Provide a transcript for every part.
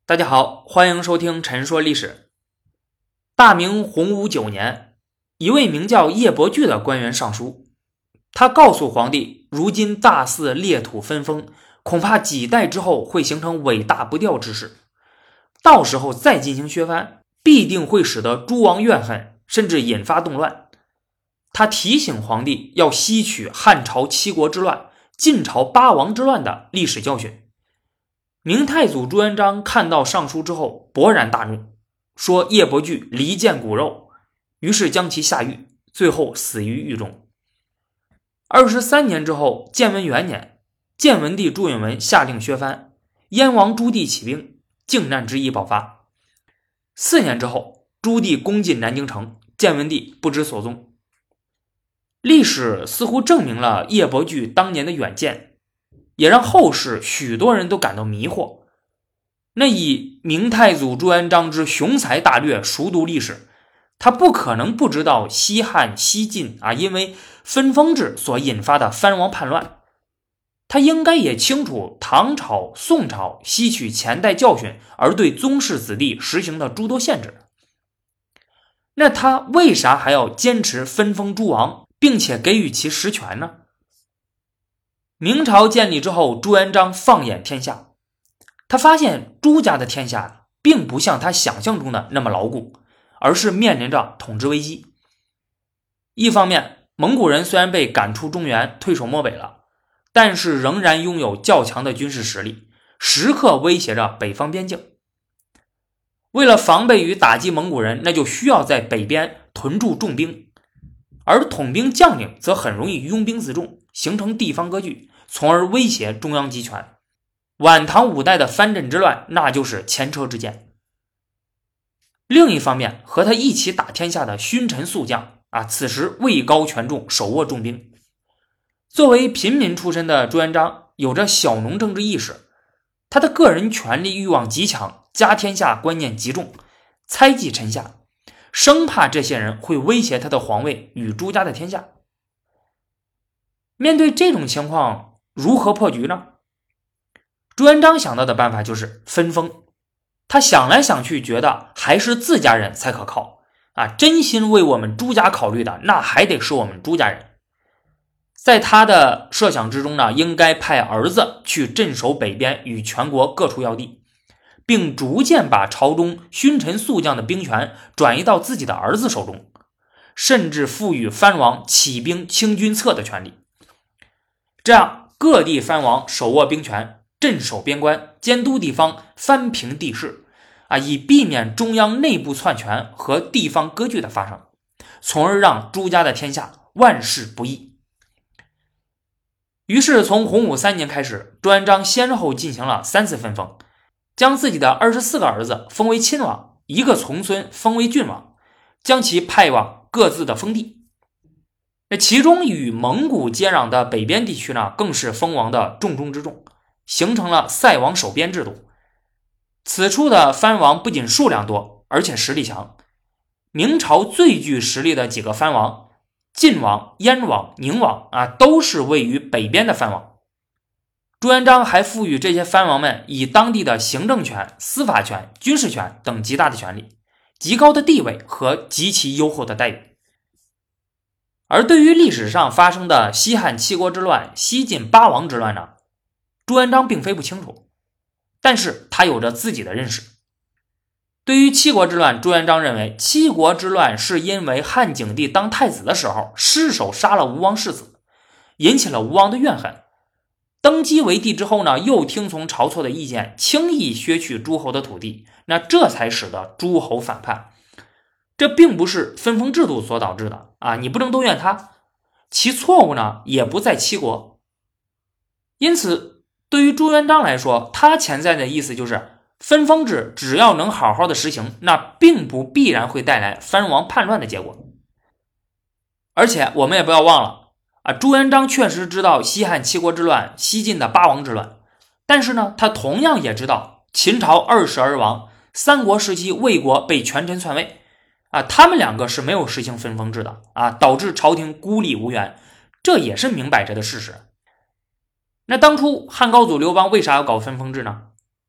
大家好，欢迎收听陈说历史。大明洪武9年，一位名叫叶伯巨的官员上书，他告诉皇帝，如今大肆裂土分封，恐怕几代之后会形成尾大不掉之势，到时候再进行削藩，必定会使得诸王怨恨，甚至引发动乱。他提醒皇帝要吸取汉朝七国之乱、晋朝八王之乱的历史教训。明太祖朱元璋看到上书之后勃然大怒，说叶伯巨离间骨肉，于是将其下狱，最后死于狱中。23年之后，建文元年，建文帝朱允炆下令削藩，燕王朱棣起兵，靖难之役爆发。4年之后，朱棣攻进南京城，建文帝不知所踪。历史似乎证明了叶伯巨当年的远见，也让后世许多人都感到迷惑。那以明太祖朱元璋之雄才大略熟读历史，他不可能不知道西汉西晋因为分封制所引发的藩王叛乱，他应该也清楚唐朝宋朝吸取前代教训而对宗室子弟实行的诸多限制。那他为啥还要坚持分封诸王，并且给予其实权呢？明朝建立之后，朱元璋放眼天下，他发现朱家的天下并不像他想象中的那么牢固，而是面临着统治危机。一方面，蒙古人虽然被赶出中原，退守漠北了，但是仍然拥有较强的军事实力，时刻威胁着北方边境。为了防备与打击蒙古人，那就需要在北边屯驻重兵，而统兵将领则很容易拥兵自重，形成地方割据，从而威胁中央集权。晚唐5代的藩镇之乱，那就是前车之鉴。另一方面，和他一起打天下的勋臣宿将此时位高权重，手握重兵。作为平民出身的朱元璋，有着小农政治意识，他的个人权力欲望极强，家天下观念极重，猜忌臣下，生怕这些人会威胁他的皇位与朱家的天下。面对这种情况，如何破局呢？朱元璋想到的办法就是分封。他想来想去，觉得还是自家人才可靠真心为我们朱家考虑的，那还得是我们朱家人。在他的设想之中呢，应该派儿子去镇守北边与全国各处要地，并逐渐把朝中勋臣宿将的兵权转移到自己的儿子手中，甚至赋予藩王起兵清君侧的权利。这样各地藩王手握兵权，镇守边关，监督地方，藩平地势以避免中央内部篡权和地方割据的发生，从而让朱家的天下万事不易。于是从洪武3年开始，朱元璋先后进行了3次分封，将自己的24个儿子封为亲王，1个从孙封为郡王，将其派往各自的封地。其中与蒙古接壤的北边地区呢，更是封王的重中之重，形成了塞王守边制度。此处的藩王不仅数量多，而且实力强。明朝最具实力的几个藩王，晋王、燕王、宁王都是位于北边的藩王。朱元璋还赋予这些藩王们以当地的行政权、司法权、军事权等极大的权力，极高的地位和极其优厚的待遇。而对于历史上发生的西汉七国之乱、西晋八王之乱呢，朱元璋并非不清楚，但是他有着自己的认识。对于七国之乱，朱元璋认为七国之乱是因为汉景帝当太子的时候失手杀了吴王世子，引起了吴王的怨恨。登基为帝之后呢，又听从晁错的意见，轻易削去诸侯的土地，那这才使得诸侯反叛。这并不是分封制度所导致的你不能都怨他，其错误呢也不在七国。因此对于朱元璋来说，他潜在的意思就是分封制只要能好好的实行，那并不必然会带来藩王叛乱的结果。而且我们也不要忘了朱元璋确实知道西汉七国之乱、西晋的八王之乱，但是呢，他同样也知道秦朝20而亡，三国时期魏国被权臣篡位他们两个是没有实行分封制的导致朝廷孤立无援，这也是明摆着的事实。那当初汉高祖刘邦为啥要搞分封制呢？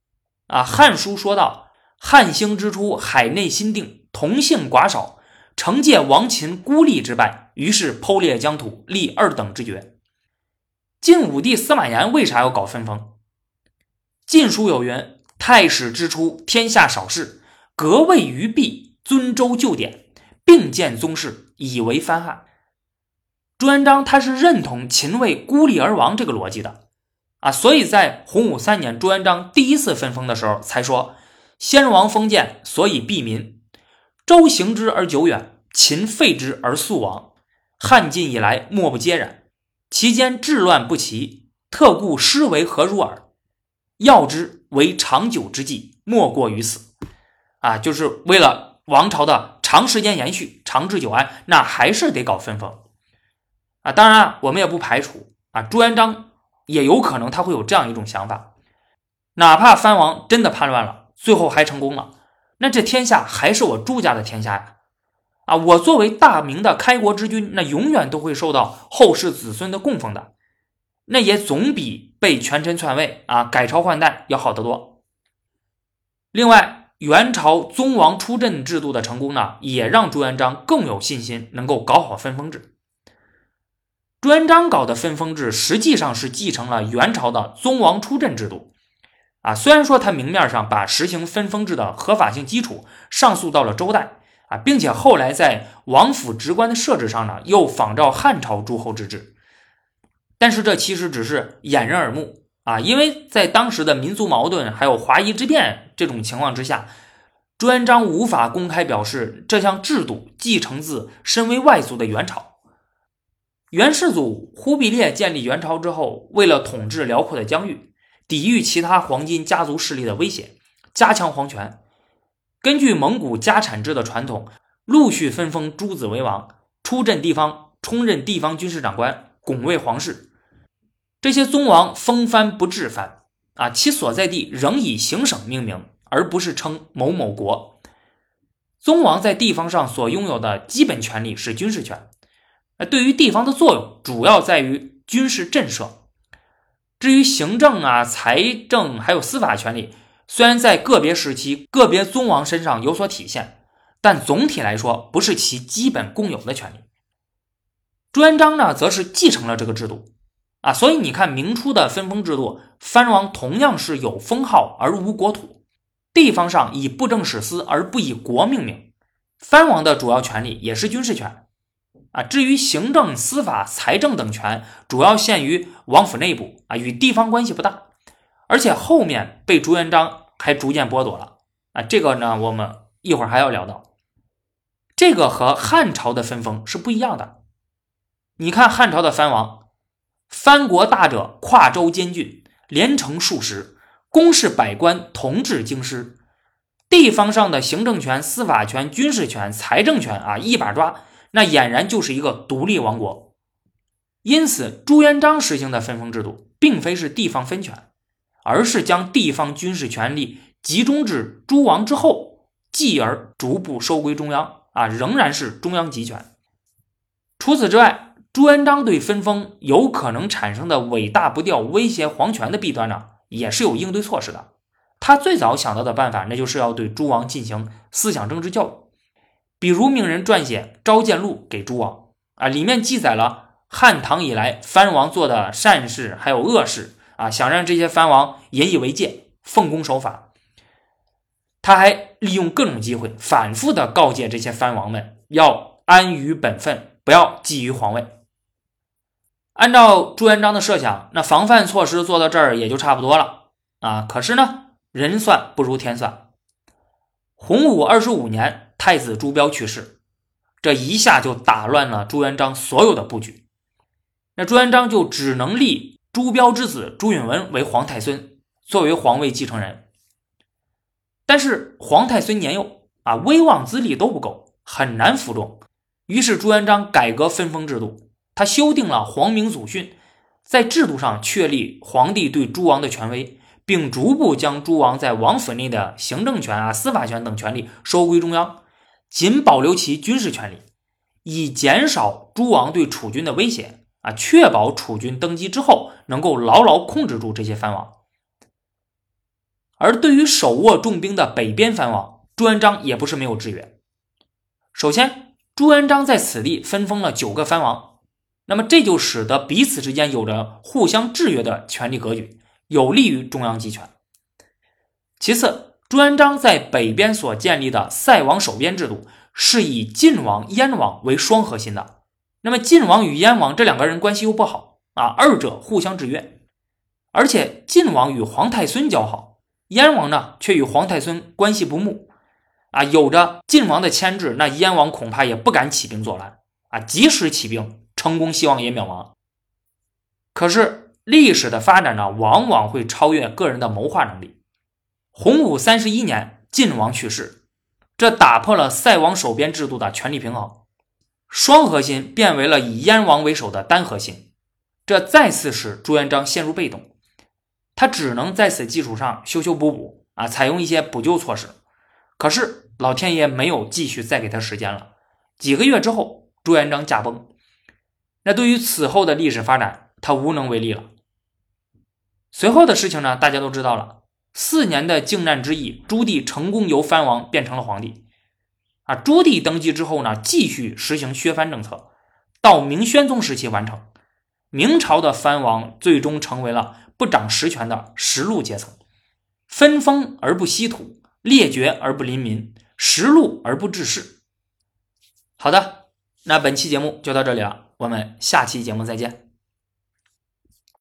汉书说到，汉兴之初，海内新定，同姓寡少，承借王秦孤立之败，于是剖裂疆土，立二等之爵。晋武帝司马炎为啥要搞分封？晋书有云：太史之初，天下少事，革位于弊，尊周旧典，并建宗室，以为藩汉。朱元璋他是认同秦魏孤立而亡这个逻辑的所以在洪武3年，朱元璋第一次分封的时候才说：先王封建，所以避民，周行之而久远，秦废之而速亡，汉晋以来莫不皆然，其间治乱不齐，特故失为何如耳，要之为长久之计，莫过于此。就是为了王朝的长时间延续，长治久安，那还是得搞分封当然我们也不排除朱元璋也有可能他会有这样一种想法，哪怕藩王真的叛乱了，最后还成功了，那这天下还是我朱家的天下呀我作为大明的开国之君，那永远都会受到后世子孙的供奉的，那也总比被权臣篡位改朝换代要好得多。另外，元朝宗王出镇制度的成功呢，也让朱元璋更有信心能够搞好分封制。朱元璋搞的分封制实际上是继承了元朝的宗王出镇制度虽然说他明面上把实行分封制的合法性基础上溯到了周代并且后来在王府职官的设置上呢，又仿照汉朝诸侯之制，但是这其实只是掩人耳目因为在当时的民族矛盾还有华夷之变这种情况之下，朱元璋无法公开表示这项制度继承自身为外族的元朝。元世祖忽必烈建立元朝之后，为了统治辽阔的疆域，抵御其他黄巾家族势力的威胁，加强皇权，根据蒙古家产制的传统，陆续分封诸子为王，出镇地方，充任地方军事长官，拱卫皇室。这些宗王封藩不治藩其所在地仍以行省命名，而不是称某某国。宗王在地方上所拥有的基本权利是军事权，对于地方的作用主要在于军事震慑。至于行政财政还有司法权利，虽然在个别时期个别宗王身上有所体现，但总体来说不是其基本共有的权利。朱元璋呢，则是继承了这个制度所以你看明初的分封制度，藩王同样是有封号而无国土，地方上以布政使司而不以国命名，藩王的主要权力也是军事权至于行政、司法、财政等权，主要限于王府内部与地方关系不大，而且后面被朱元璋还逐渐剥夺了这个呢，我们一会儿还要聊到。这个和汉朝的分封是不一样的。你看汉朝的藩王，藩国大者跨州监郡，连城数十，公事百官同治京师，地方上的行政权、司法权、军事权、财政权一把抓，那俨然就是一个独立王国。因此朱元璋实行的分封制度并非是地方分权，而是将地方军事权力集中至诸王之后，继而逐步收归中央仍然是中央集权。除此之外，朱元璋对分封有可能产生的尾大不掉、威胁皇权的弊端呢，也是有应对措施的。他最早想到的办法，那就是要对诸王进行思想政治教育，比如命人撰写召见录给诸王里面记载了汉唐以来藩王做的善事还有恶事想让这些藩王引以为戒，奉公守法。他还利用各种机会反复的告诫这些藩王们要安于本分，不要觊觎皇位。按照朱元璋的设想，那防范措施做到这儿也就差不多了可是呢，人算不如天算。洪武25年，太子朱标去世，这一下就打乱了朱元璋所有的布局。那朱元璋就只能立朱标之子朱允炆为皇太孙，作为皇位继承人。但是皇太孙年幼威望资历都不够，很难服众。于是朱元璋改革分封制度，他修订了皇明祖训，在制度上确立皇帝对诸王的权威，并逐步将诸王在王府内的行政权司法权等权力收归中央，仅保留其军事权力，以减少诸王对储君的威胁确保储君登基之后能够牢牢控制住这些藩王。 而对于手握重兵的北边藩王，朱元璋也不是没有制约。首先，朱元璋在此地分封了9个藩王，那么这就使得彼此之间有着互相制约的权力格局，有利于中央集权。其次，朱元璋在北边所建立的塞王守边制度是以晋王、燕王为双核心的。那么晋王与燕王这2个人关系又不好二者互相制约。而且晋王与皇太孙交好，燕王呢却与皇太孙关系不睦有着晋王的牵制，那燕王恐怕也不敢起兵作乱即使起兵，成功希望也渺茫。可是历史的发展呢，往往会超越个人的谋划能力。洪武31年，晋王去世，这打破了塞王守边制度的权力平衡，双核心变为了以燕王为首的单核心，这再次使朱元璋陷入被动。他只能在此基础上修修补补采用一些补救措施。可是老天爷没有继续再给他时间了，几个月之后，朱元璋驾崩。那对于此后的历史发展，他无能为力了。随后的事情呢，大家都知道了。4年的靖难之役，朱棣成功由藩王变成了皇帝朱棣登基之后呢，继续实行削藩政策，到明宣宗时期完成。明朝的藩王最终成为了不掌实权的实禄阶层，分封而不稀土，列爵而不临民，实禄而不治世。好的，那本期节目就到这里了，我们下期节目再见。